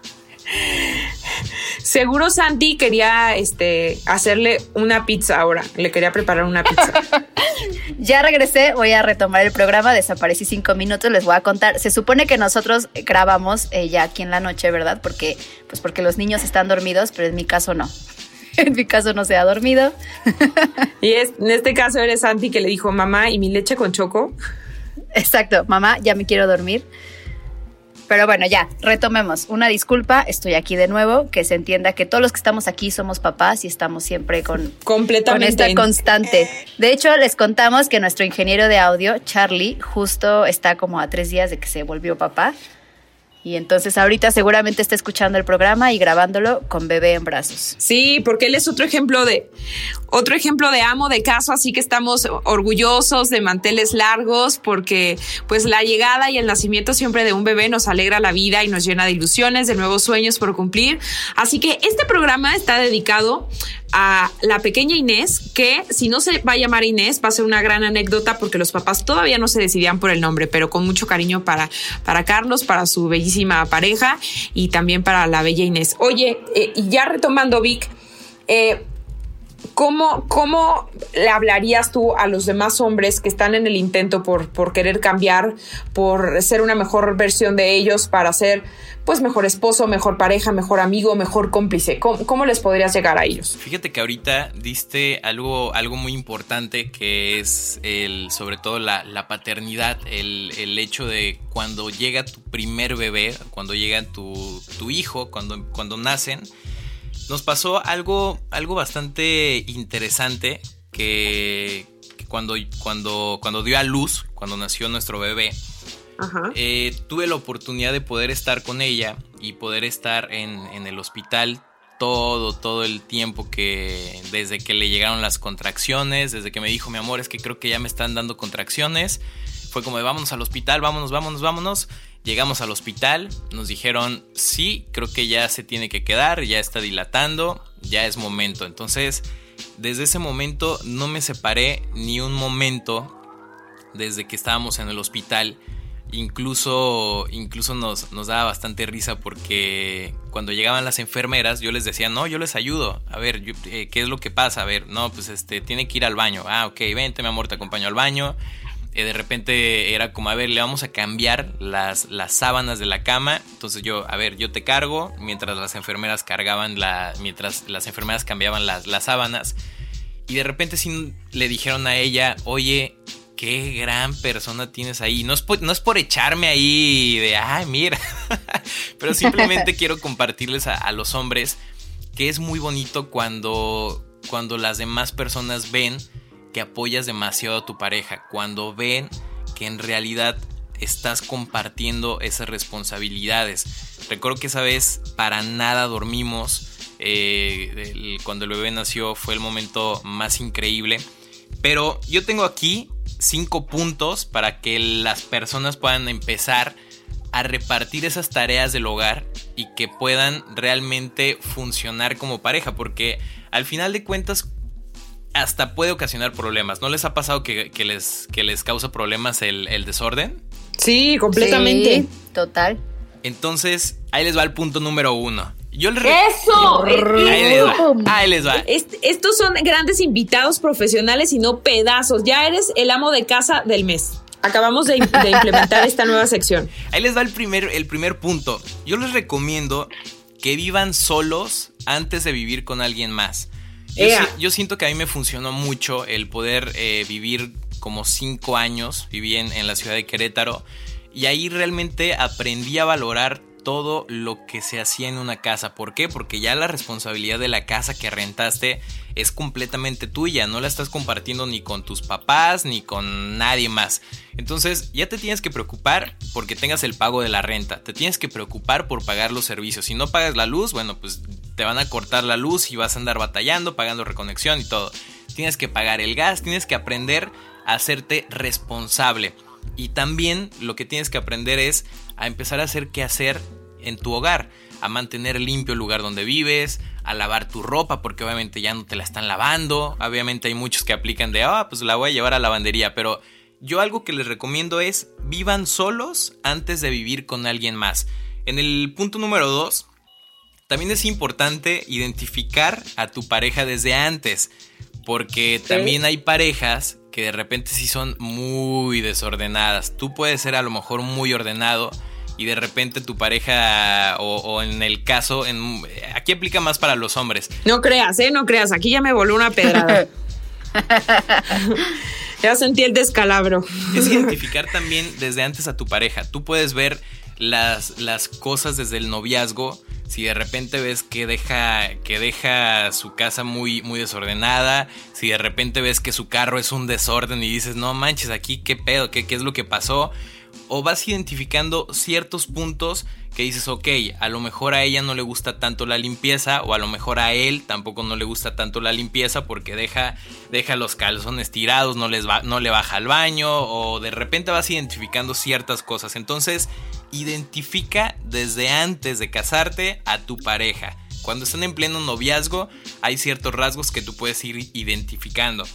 Speaker 3: Seguro Santi quería este, hacerle una pizza ahora. Le quería preparar una pizza.
Speaker 2: Ya regresé, voy a retomar el programa. Desaparecí cinco minutos, les voy a contar. Se supone que nosotros grabamos eh, ya aquí en la noche, ¿verdad? Porque, pues porque los niños están dormidos, pero en mi caso no. En mi caso no se ha dormido.
Speaker 3: Y es, en este caso eres Santi que le dijo, mamá, ¿y mi leche con choco?
Speaker 2: Exacto, mamá, ya me quiero dormir. Pero bueno, ya, retomemos. Una disculpa, estoy aquí de nuevo. Que se entienda que todos los que estamos aquí somos papás y estamos siempre con,
Speaker 3: Completamente.
Speaker 2: con esta constante. De hecho, les contamos que nuestro ingeniero de audio, Charlie, justo está como a tres días de que se volvió papá. Y entonces ahorita seguramente está escuchando el programa y grabándolo con bebé en brazos.
Speaker 3: Sí, porque él es otro ejemplo de otro ejemplo de amo de casa, así que estamos orgullosos de manteles largos porque pues la llegada y el nacimiento siempre de un bebé nos alegra la vida y nos llena de ilusiones, de nuevos sueños por cumplir. Así que este programa está dedicado a la pequeña Inés, que si no se va a llamar Inés, va a ser una gran anécdota porque los papás todavía no se decidían por el nombre, pero con mucho cariño para, para Carlos, para su bellísima pareja y también para la bella Inés. Oye, eh, y ya retomando, Vic, eh, ¿cómo, ¿cómo le hablarías tú a los demás hombres que están en el intento por, por querer cambiar, por ser una mejor versión de ellos, para ser pues mejor esposo, mejor pareja, mejor amigo, mejor cómplice? ¿Cómo, cómo les podrías llegar a ellos?
Speaker 4: Fíjate que ahorita diste algo, algo muy importante, que es el, sobre todo la, la paternidad, el, el hecho de cuando llega tu primer bebé, cuando llega tu, tu hijo, cuando, cuando nacen. Nos pasó algo, algo bastante interesante que, que cuando, cuando, cuando dio a luz, cuando nació nuestro bebé, Ajá. Eh, tuve la oportunidad de poder estar con ella y poder estar en, en el hospital todo, todo el tiempo que, desde que le llegaron las contracciones, desde que me dijo, mi amor, es que creo que ya me están dando contracciones. Fue como de vámonos al hospital, vámonos, vámonos, vámonos. Llegamos al hospital, nos dijeron, sí, creo que ya se tiene que quedar, ya está dilatando, ya es momento. Entonces, desde ese momento no me separé ni un momento desde que estábamos en el hospital. Incluso, incluso nos, nos daba bastante risa porque cuando llegaban las enfermeras yo les decía, no, yo les ayudo. A ver, yo, eh, ¿qué es lo que pasa? A ver, no, pues este, tiene que ir al baño. Ah, ok, vente, mi amor, te acompaño al baño. Eh, de repente era como, a ver, le vamos a cambiar las, las sábanas de la cama. Entonces yo, a ver, yo te cargo, mientras las enfermeras cargaban la, mientras las enfermeras cambiaban las, las sábanas. Y de repente sí le dijeron a ella, oye, qué gran persona tienes ahí. No es por, no es por echarme ahí de, ay, mira. Pero simplemente quiero compartirles a, a los hombres que es muy bonito cuando, cuando las demás personas ven que apoyas demasiado a tu pareja. Cuando ven que en realidad estás compartiendo esas responsabilidades. Recuerdo que esa vez para nada dormimos. Eh, el, cuando el bebé nació fue el momento más increíble. Pero yo tengo aquí cinco puntos para que las personas puedan empezar a repartir esas tareas del hogar y que puedan realmente funcionar como pareja, porque al final de cuentas hasta puede ocasionar problemas. ¿No les ha pasado que, que, les, que les causa problemas el, el desorden?
Speaker 3: Sí, completamente.
Speaker 2: Sí, total.
Speaker 4: Entonces, ahí les va el punto número uno. Yo les
Speaker 3: re- ¡Eso!
Speaker 4: Ahí les va, ahí les va.
Speaker 3: Est- estos son grandes invitados profesionales y no pedazos. Ya eres el amo de casa del mes. Acabamos de, de implementar esta nueva sección.
Speaker 4: Ahí les va el primer, el primer punto. Yo les recomiendo que vivan solos antes de vivir con alguien más. Yo, si, yo siento que a mí me funcionó mucho el poder eh, vivir como cinco años. Viví en, en la ciudad de Querétaro y ahí realmente aprendí a valorar todo lo que se hacía en una casa. ¿Por qué? Porque ya la responsabilidad de la casa que rentaste es completamente tuya. No la estás compartiendo ni con tus papás ni con nadie más. Entonces ya te tienes que preocupar porque tengas el pago de la renta. Te tienes que preocupar por pagar los servicios. Si no pagas la luz, bueno, pues te van a cortar la luz y vas a andar batallando, pagando reconexión y todo. Tienes que pagar el gas, tienes que aprender a hacerte responsable. Y también lo que tienes que aprender es a empezar a hacer qué hacer en tu hogar, a mantener limpio el lugar donde vives, a lavar tu ropa porque obviamente ya no te la están lavando. Obviamente hay muchos que aplican de, ah, oh, pues la voy a llevar a la lavandería, pero yo algo que les recomiendo es vivan solos antes de vivir con alguien más. En el punto número dos, También es importante identificar a tu pareja desde antes, porque también hay parejas que de repente sí son muy desordenadas. Tú puedes ser a lo mejor muy ordenado y de repente tu pareja, o, o en el caso, en, aquí aplica más para los hombres.
Speaker 3: No creas, ¿eh? No creas, aquí ya me voló una pedrada. Ya sentí el descalabro.
Speaker 4: Es identificar también desde antes a tu pareja. Tú puedes ver las, las cosas desde el noviazgo. Si de repente ves que deja, que deja su casa muy, muy desordenada, si de repente ves que su carro es un desorden y dices, no manches, aquí qué pedo, qué, qué es lo que pasó, o vas identificando ciertos puntos que dices, ok, a lo mejor a ella no le gusta tanto la limpieza, o a lo mejor a él tampoco no le gusta tanto la limpieza porque deja, deja los calzones tirados, no, les va, no le baja al baño, o de repente vas identificando ciertas cosas. Entonces, identifica desde antes de casarte a tu pareja. Cuando están en pleno noviazgo, hay ciertos rasgos que tú puedes ir identificando.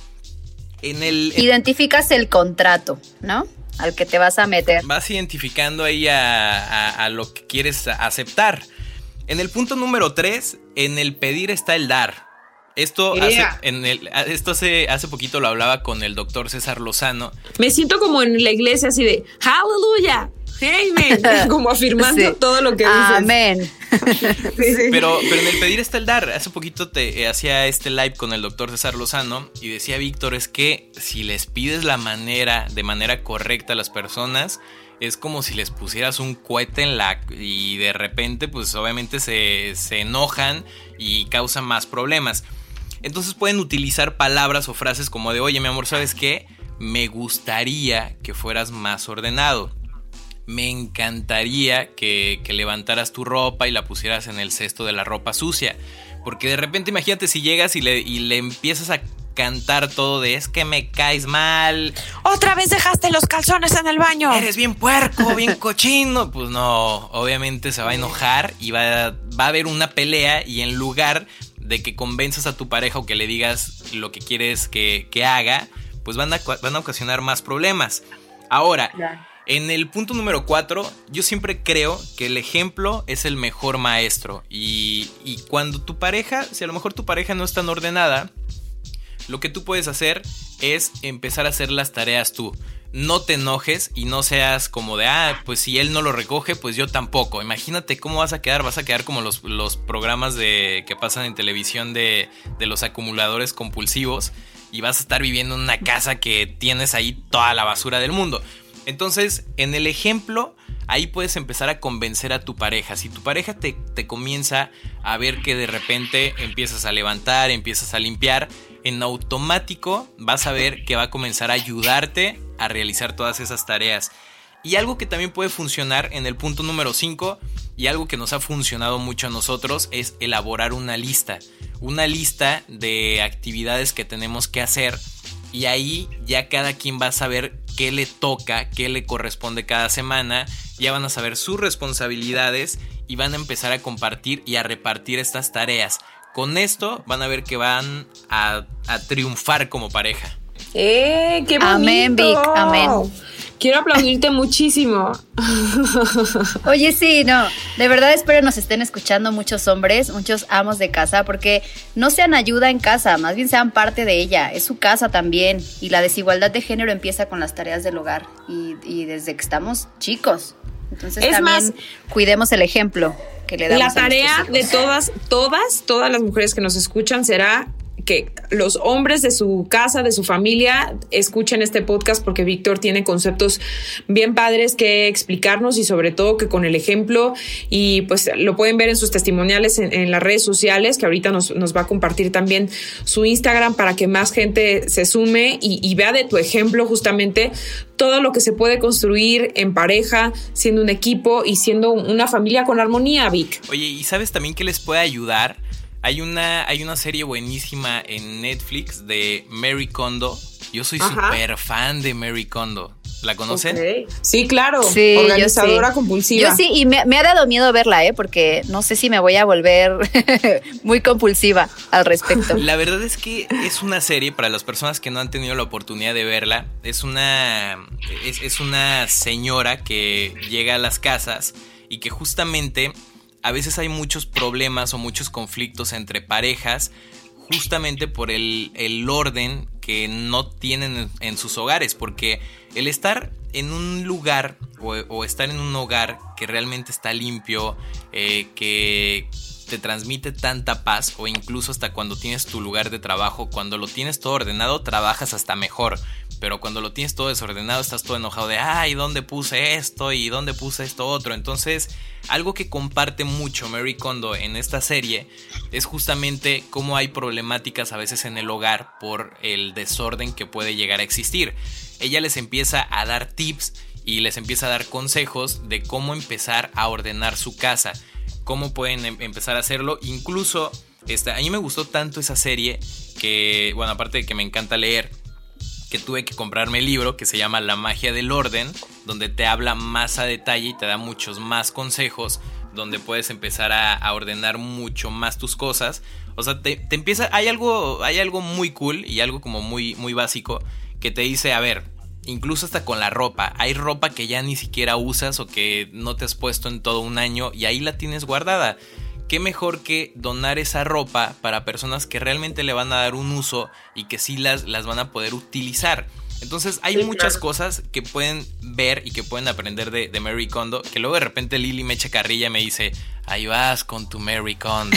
Speaker 4: En el, en...
Speaker 2: Identificas el contrato, ¿no? Al que te vas a meter.
Speaker 4: Vas identificando ahí a, a, a lo que quieres aceptar. En el punto número tres, en el pedir está el dar. Esto,
Speaker 3: yeah.
Speaker 4: hace, en el, esto hace, hace poquito lo hablaba con el doctor César Lozano.
Speaker 3: Me siento como en la iglesia así de ¡Aleluya! Amen. Como afirmando sí. todo lo que dices.
Speaker 2: Amén.
Speaker 3: Sí, sí.
Speaker 4: Pero, pero en el pedir está el dar. Hace poquito te eh, hacía este live con el doctor César Lozano y decía Víctor, es que si les pides la manera, de manera correcta a las personas, es como si les pusieras un cohete en la... y de repente pues obviamente se, se enojan y causan más problemas. Entonces pueden utilizar palabras o frases como de, oye mi amor, ¿sabes qué? Me gustaría que fueras más ordenado. Me encantaría que, que levantaras tu ropa y la pusieras en el cesto de la ropa sucia. Porque de repente imagínate si llegas y le, y le empiezas a cantar todo de es que me caes mal.
Speaker 3: Otra vez dejaste los calzones en el baño.
Speaker 4: Eres bien puerco, bien cochino. Pues no, obviamente se va a enojar y va, va a haber una pelea y en lugar de que convenzas a tu pareja o que le digas lo que quieres que, que haga, pues van a, van a ocasionar más problemas. Ahora... Yeah. En el punto número cuatro, yo siempre creo que el ejemplo es el mejor maestro. Y, y cuando tu pareja, si a lo mejor tu pareja no es tan ordenada, lo que tú puedes hacer es empezar a hacer las tareas tú. No te enojes y no seas como de, ah, pues si él no lo recoge, pues yo tampoco. Imagínate cómo vas a quedar, vas a quedar como los, los programas de, que pasan en televisión de, de los acumuladores compulsivos. Y vas a estar viviendo en una casa que tienes ahí toda la basura del mundo. Entonces, en el ejemplo, ahí puedes empezar a convencer a tu pareja. Si tu pareja te, te comienza a ver que de repente empiezas a levantar, empiezas a limpiar, en automático vas a ver que va a comenzar a ayudarte a realizar todas esas tareas. Y algo que también puede funcionar en el punto número cinco, y algo que nos ha funcionado mucho a nosotros, es elaborar una lista. Una lista de actividades que tenemos que hacer. Y ahí ya cada quien va a saber qué le toca, qué le corresponde cada semana. Ya van a saber sus responsabilidades y van a empezar a compartir y a repartir estas tareas. Con esto van a ver que van a, a triunfar como pareja.
Speaker 3: ¡Eh! ¡Qué bonito!
Speaker 2: Amén, Vic, amén.
Speaker 3: Quiero aplaudirte muchísimo.
Speaker 2: Oye, sí, no, de verdad espero que nos estén escuchando muchos hombres, muchos amos de casa, porque no sean ayuda en casa, más bien sean parte de ella, es su casa también, y la desigualdad de género empieza con las tareas del hogar, y, y desde que estamos chicos, entonces
Speaker 3: es
Speaker 2: también
Speaker 3: más,
Speaker 2: cuidemos el ejemplo que le damos
Speaker 3: la
Speaker 2: a nuestros
Speaker 3: tarea
Speaker 2: hijos.
Speaker 3: de todas, todas, todas las mujeres que nos escuchan será que los hombres de su casa, de su familia, escuchen este podcast porque Víctor tiene conceptos bien padres que explicarnos y sobre todo que con el ejemplo, y pues lo pueden ver en sus testimoniales en, en las redes sociales, que ahorita nos, nos va a compartir también su Instagram para que más gente se sume y, y vea de tu ejemplo justamente todo lo que se puede construir en pareja, siendo un equipo y siendo una familia con armonía, Vic.
Speaker 4: Oye, ¿y sabes también qué les puede ayudar? Hay una, hay una serie buenísima en Netflix de Marie Kondo. Yo soy súper fan de Marie Kondo. ¿La conocen?
Speaker 3: Okay. Sí, claro.
Speaker 2: Sí,
Speaker 3: organizadora
Speaker 2: yo sí.
Speaker 3: compulsiva.
Speaker 2: Yo sí, y me, me ha dado miedo verla, ¿eh? Porque no sé si me voy a volver muy compulsiva al respecto.
Speaker 4: La verdad es que es una serie, para las personas que no han tenido la oportunidad de verla, es una, es, es una señora que llega a las casas y que justamente a veces hay muchos problemas o muchos conflictos entre parejas justamente por el, el orden que no tienen en, en sus hogares, porque el estar en un lugar o, o estar en un hogar que realmente está limpio, eh, que te transmite tanta paz, o incluso hasta cuando tienes tu lugar de trabajo, cuando lo tienes todo ordenado, trabajas hasta mejor. Pero cuando lo tienes todo desordenado, estás todo enojado de ay, ¿dónde puse esto? ¿Y dónde puse esto otro? Entonces, algo que comparte mucho Marie Kondo en esta serie es justamente cómo hay problemáticas a veces en el hogar por el desorden que puede llegar a existir. Ella les empieza a dar tips y les empieza a dar consejos de cómo empezar a ordenar su casa, cómo pueden em- empezar a hacerlo. Incluso, esta, a mí me gustó tanto esa serie que, bueno, aparte de que me encanta leer, que tuve que comprarme el libro que se llama La magia del orden, donde te habla más a detalle y te da muchos más consejos, donde puedes empezar a, a ordenar mucho más tus cosas. O sea, te, te empieza, hay algo, hay algo muy cool y algo como muy, muy básico que te dice, a ver, incluso hasta con la ropa, hay ropa que ya ni siquiera usas o que no te has puesto en todo un año y ahí la tienes guardada. ¿Qué mejor que donar esa ropa para personas que realmente le van a dar un uso y que sí las, las van a poder utilizar? Entonces hay sí, muchas claro. cosas que pueden ver y que pueden aprender de, de Marie Kondo, que luego de repente Lili me echa carrilla y me dice, ahí vas con tu Marie Kondo.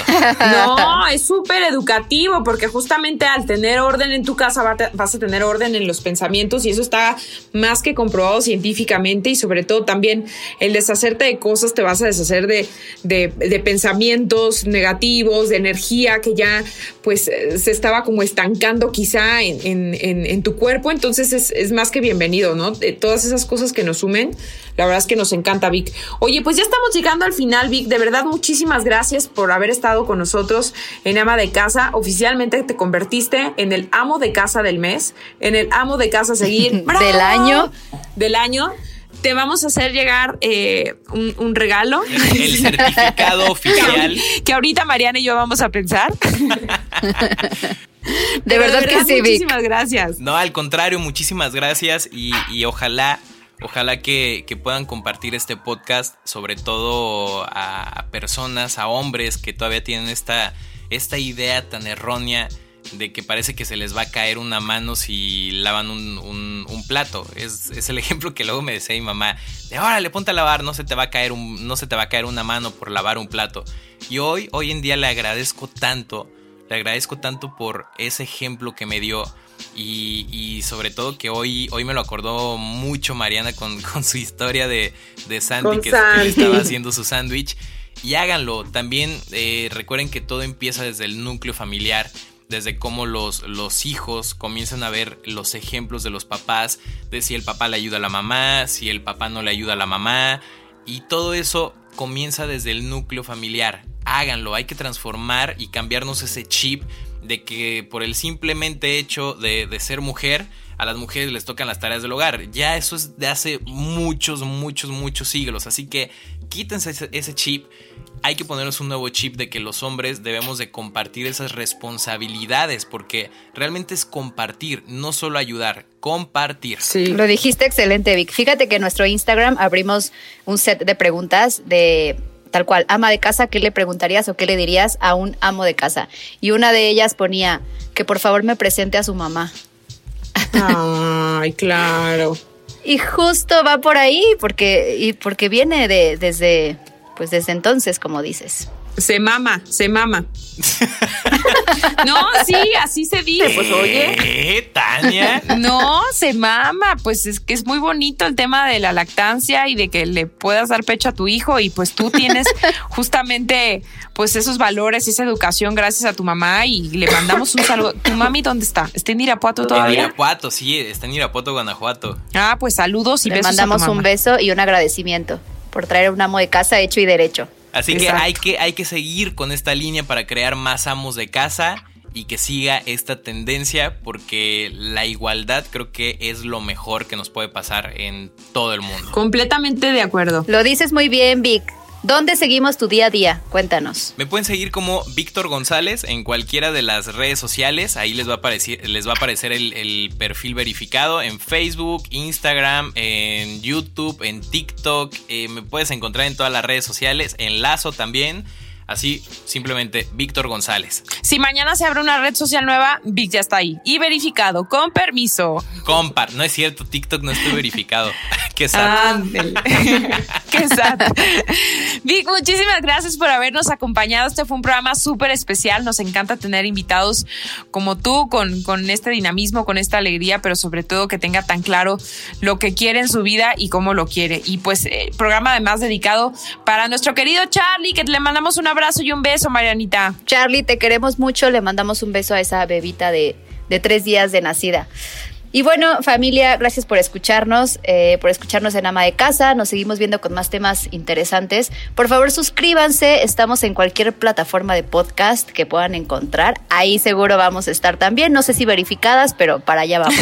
Speaker 3: No, es súper educativo porque justamente al tener orden en tu casa vas a tener orden en los pensamientos y eso está más que comprobado científicamente, y sobre todo también el deshacerte de cosas, te vas a deshacer de, de, de pensamientos negativos, de energía que ya pues se estaba como estancando quizá en, en, en, en tu cuerpo. Entonces es, es más que bienvenido, ¿no? De todas esas cosas que nos sumen, la verdad es que nos encanta, Vic. Oye, pues ya estamos llegando al final, Vic, de verdad muchísimas gracias por haber estado con nosotros en Ama de Casa. Oficialmente te convertiste en el amo de casa del mes, en el amo de casa a seguir.
Speaker 2: Del año.
Speaker 3: Del año. Te vamos a hacer llegar eh, un, un regalo.
Speaker 4: El certificado oficial.
Speaker 3: Que, que ahorita Mariana y yo vamos a pensar.
Speaker 2: De verdad, de verdad que sí, Vic.
Speaker 3: Muchísimas gracias.
Speaker 4: No, al contrario, muchísimas gracias y, y ojalá... Ojalá que, que puedan compartir este podcast, sobre todo a, a personas, a hombres que todavía tienen esta, esta idea tan errónea de que parece que se les va a caer una mano si lavan un, un, un plato. Es, es el ejemplo que luego me decía mi mamá, de órale, ponte a lavar, no se te va a caer un, no se te va a caer una mano por lavar un plato. Y hoy, hoy en día le agradezco tanto, le agradezco tanto por ese ejemplo que me dio. Y, y sobre todo que hoy, hoy me lo acordó mucho Mariana con, con su historia de, de Sandy, que, que estaba haciendo su sándwich. Y háganlo. También eh, recuerden que todo empieza desde el núcleo familiar, desde cómo los, los hijos comienzan a ver los ejemplos de los papás, de si el papá le ayuda a la mamá, si el papá no le ayuda a la mamá. Y todo eso comienza desde el núcleo familiar. Háganlo, hay que transformar y cambiarnos ese chip de que por el simplemente hecho de, de ser mujer, a las mujeres les tocan las tareas del hogar. Ya eso es de hace muchos, muchos, muchos siglos. Así que quítense ese, ese chip. Hay que ponernos un nuevo chip de que los hombres debemos de compartir esas responsabilidades, porque realmente es compartir, no solo ayudar, compartir.
Speaker 2: Sí. Lo dijiste excelente, Vic. Fíjate que en nuestro Instagram abrimos un set de preguntas de... tal cual, ama de casa, ¿qué le preguntarías o qué le dirías a un amo de casa? Y una de ellas ponía que por favor me presente a su mamá.
Speaker 3: Ay, claro.
Speaker 2: Y justo va por ahí, porque, y porque viene de, desde, pues desde entonces, como dices.
Speaker 3: Se mama, se mama. No, sí, así se dice. Pues oye.
Speaker 4: ¿Qué, Tania?
Speaker 3: No, se mama. Pues es que es muy bonito el tema de la lactancia y de que le puedas dar pecho a tu hijo. Y pues tú tienes justamente pues esos valores, esa educación gracias a tu mamá. Y le mandamos un saludo. ¿Tu mami dónde está? ¿Está en Irapuato todavía?
Speaker 4: En Irapuato, sí, está en Irapuato, Guanajuato.
Speaker 3: Ah, pues saludos y
Speaker 2: le
Speaker 3: besos
Speaker 2: mandamos
Speaker 3: a tu mamá.
Speaker 2: Un beso y un agradecimiento por traer un amo de casa hecho y derecho.
Speaker 4: Así Exacto. que hay que hay que seguir con esta línea para crear más amos de casa y que siga esta tendencia, porque la igualdad creo que es lo mejor que nos puede pasar en todo el mundo.
Speaker 3: Completamente de acuerdo.
Speaker 2: Lo dices muy bien, Vic. ¿Dónde seguimos tu día a día? Cuéntanos.
Speaker 4: Me pueden seguir como Víctor González en cualquiera de las redes sociales. Ahí les va a aparecer, les va a aparecer el, el perfil verificado en Facebook, Instagram, en YouTube, en TikTok. Eh, me puedes encontrar en todas las redes sociales. En Lazo también. Así, simplemente Víctor González.
Speaker 3: Si mañana se abre una red social nueva, Vic ya está ahí. Y verificado, con permiso.
Speaker 4: Compar, no es cierto, TikTok no estoy verificado. Qué sad.
Speaker 3: Qué sad. Vic, muchísimas gracias por habernos acompañado. Este fue un programa súper especial. Nos encanta tener invitados como tú, con, con este dinamismo, con esta alegría, pero sobre todo que tenga tan claro lo que quiere en su vida y cómo lo quiere. Y pues, eh, programa además dedicado para nuestro querido Charlie, que le mandamos un abrazo y un beso, Marianita.
Speaker 2: Charlie, te queremos mucho. Le mandamos un beso a esa bebita de, de tres días de nacida. Y bueno, familia, gracias por escucharnos, eh, por escucharnos en Ama de Casa. Nos seguimos viendo con más temas interesantes. Por favor, suscríbanse. Estamos en cualquier plataforma de podcast que puedan encontrar. Ahí seguro vamos a estar también. No sé si verificadas, pero para allá vamos.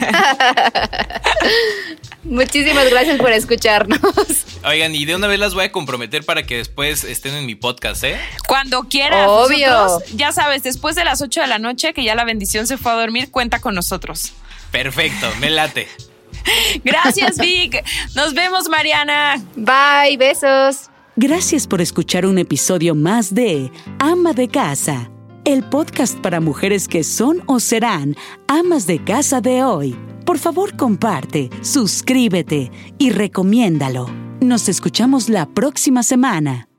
Speaker 2: Muchísimas gracias por escucharnos.
Speaker 4: Oigan, y de una vez las voy a comprometer para que después estén en mi podcast, ¿eh?
Speaker 3: Cuando quieras.
Speaker 2: Obvio.
Speaker 3: Nosotros, ya sabes, después de las ocho de la noche, que ya la bendición se fue a dormir, cuenta con nosotros.
Speaker 4: Perfecto, me late.
Speaker 3: Gracias, Vic. Nos vemos, Mariana.
Speaker 2: Bye, besos.
Speaker 1: Gracias por escuchar un episodio más de Ama de Casa, el podcast para mujeres que son o serán amas de casa de hoy. Por favor, comparte, suscríbete y recomiéndalo. Nos escuchamos la próxima semana.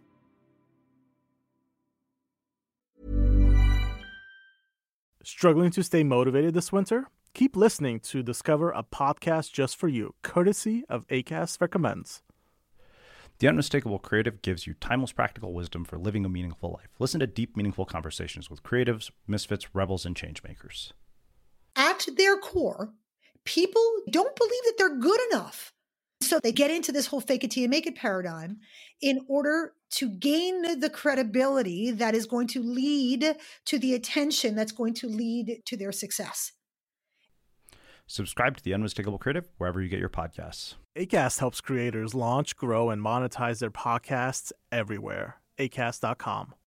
Speaker 5: Struggling to stay motivated this winter? Keep listening to discover a podcast just for you, courtesy of Acast Recommends.
Speaker 6: The Unmistakable Creative gives you timeless practical wisdom for living a meaningful life. Listen to deep, meaningful conversations with creatives, misfits, rebels, and changemakers.
Speaker 7: At their core, people don't believe that they're good enough. So they get into this whole fake it till you make it paradigm in order to gain the credibility that is going to lead to the attention that's going to lead to their success.
Speaker 6: Subscribe to The Unmistakable Creative wherever you get your podcasts.
Speaker 5: Acast helps creators launch, grow, and monetize their podcasts everywhere. Acast dot com.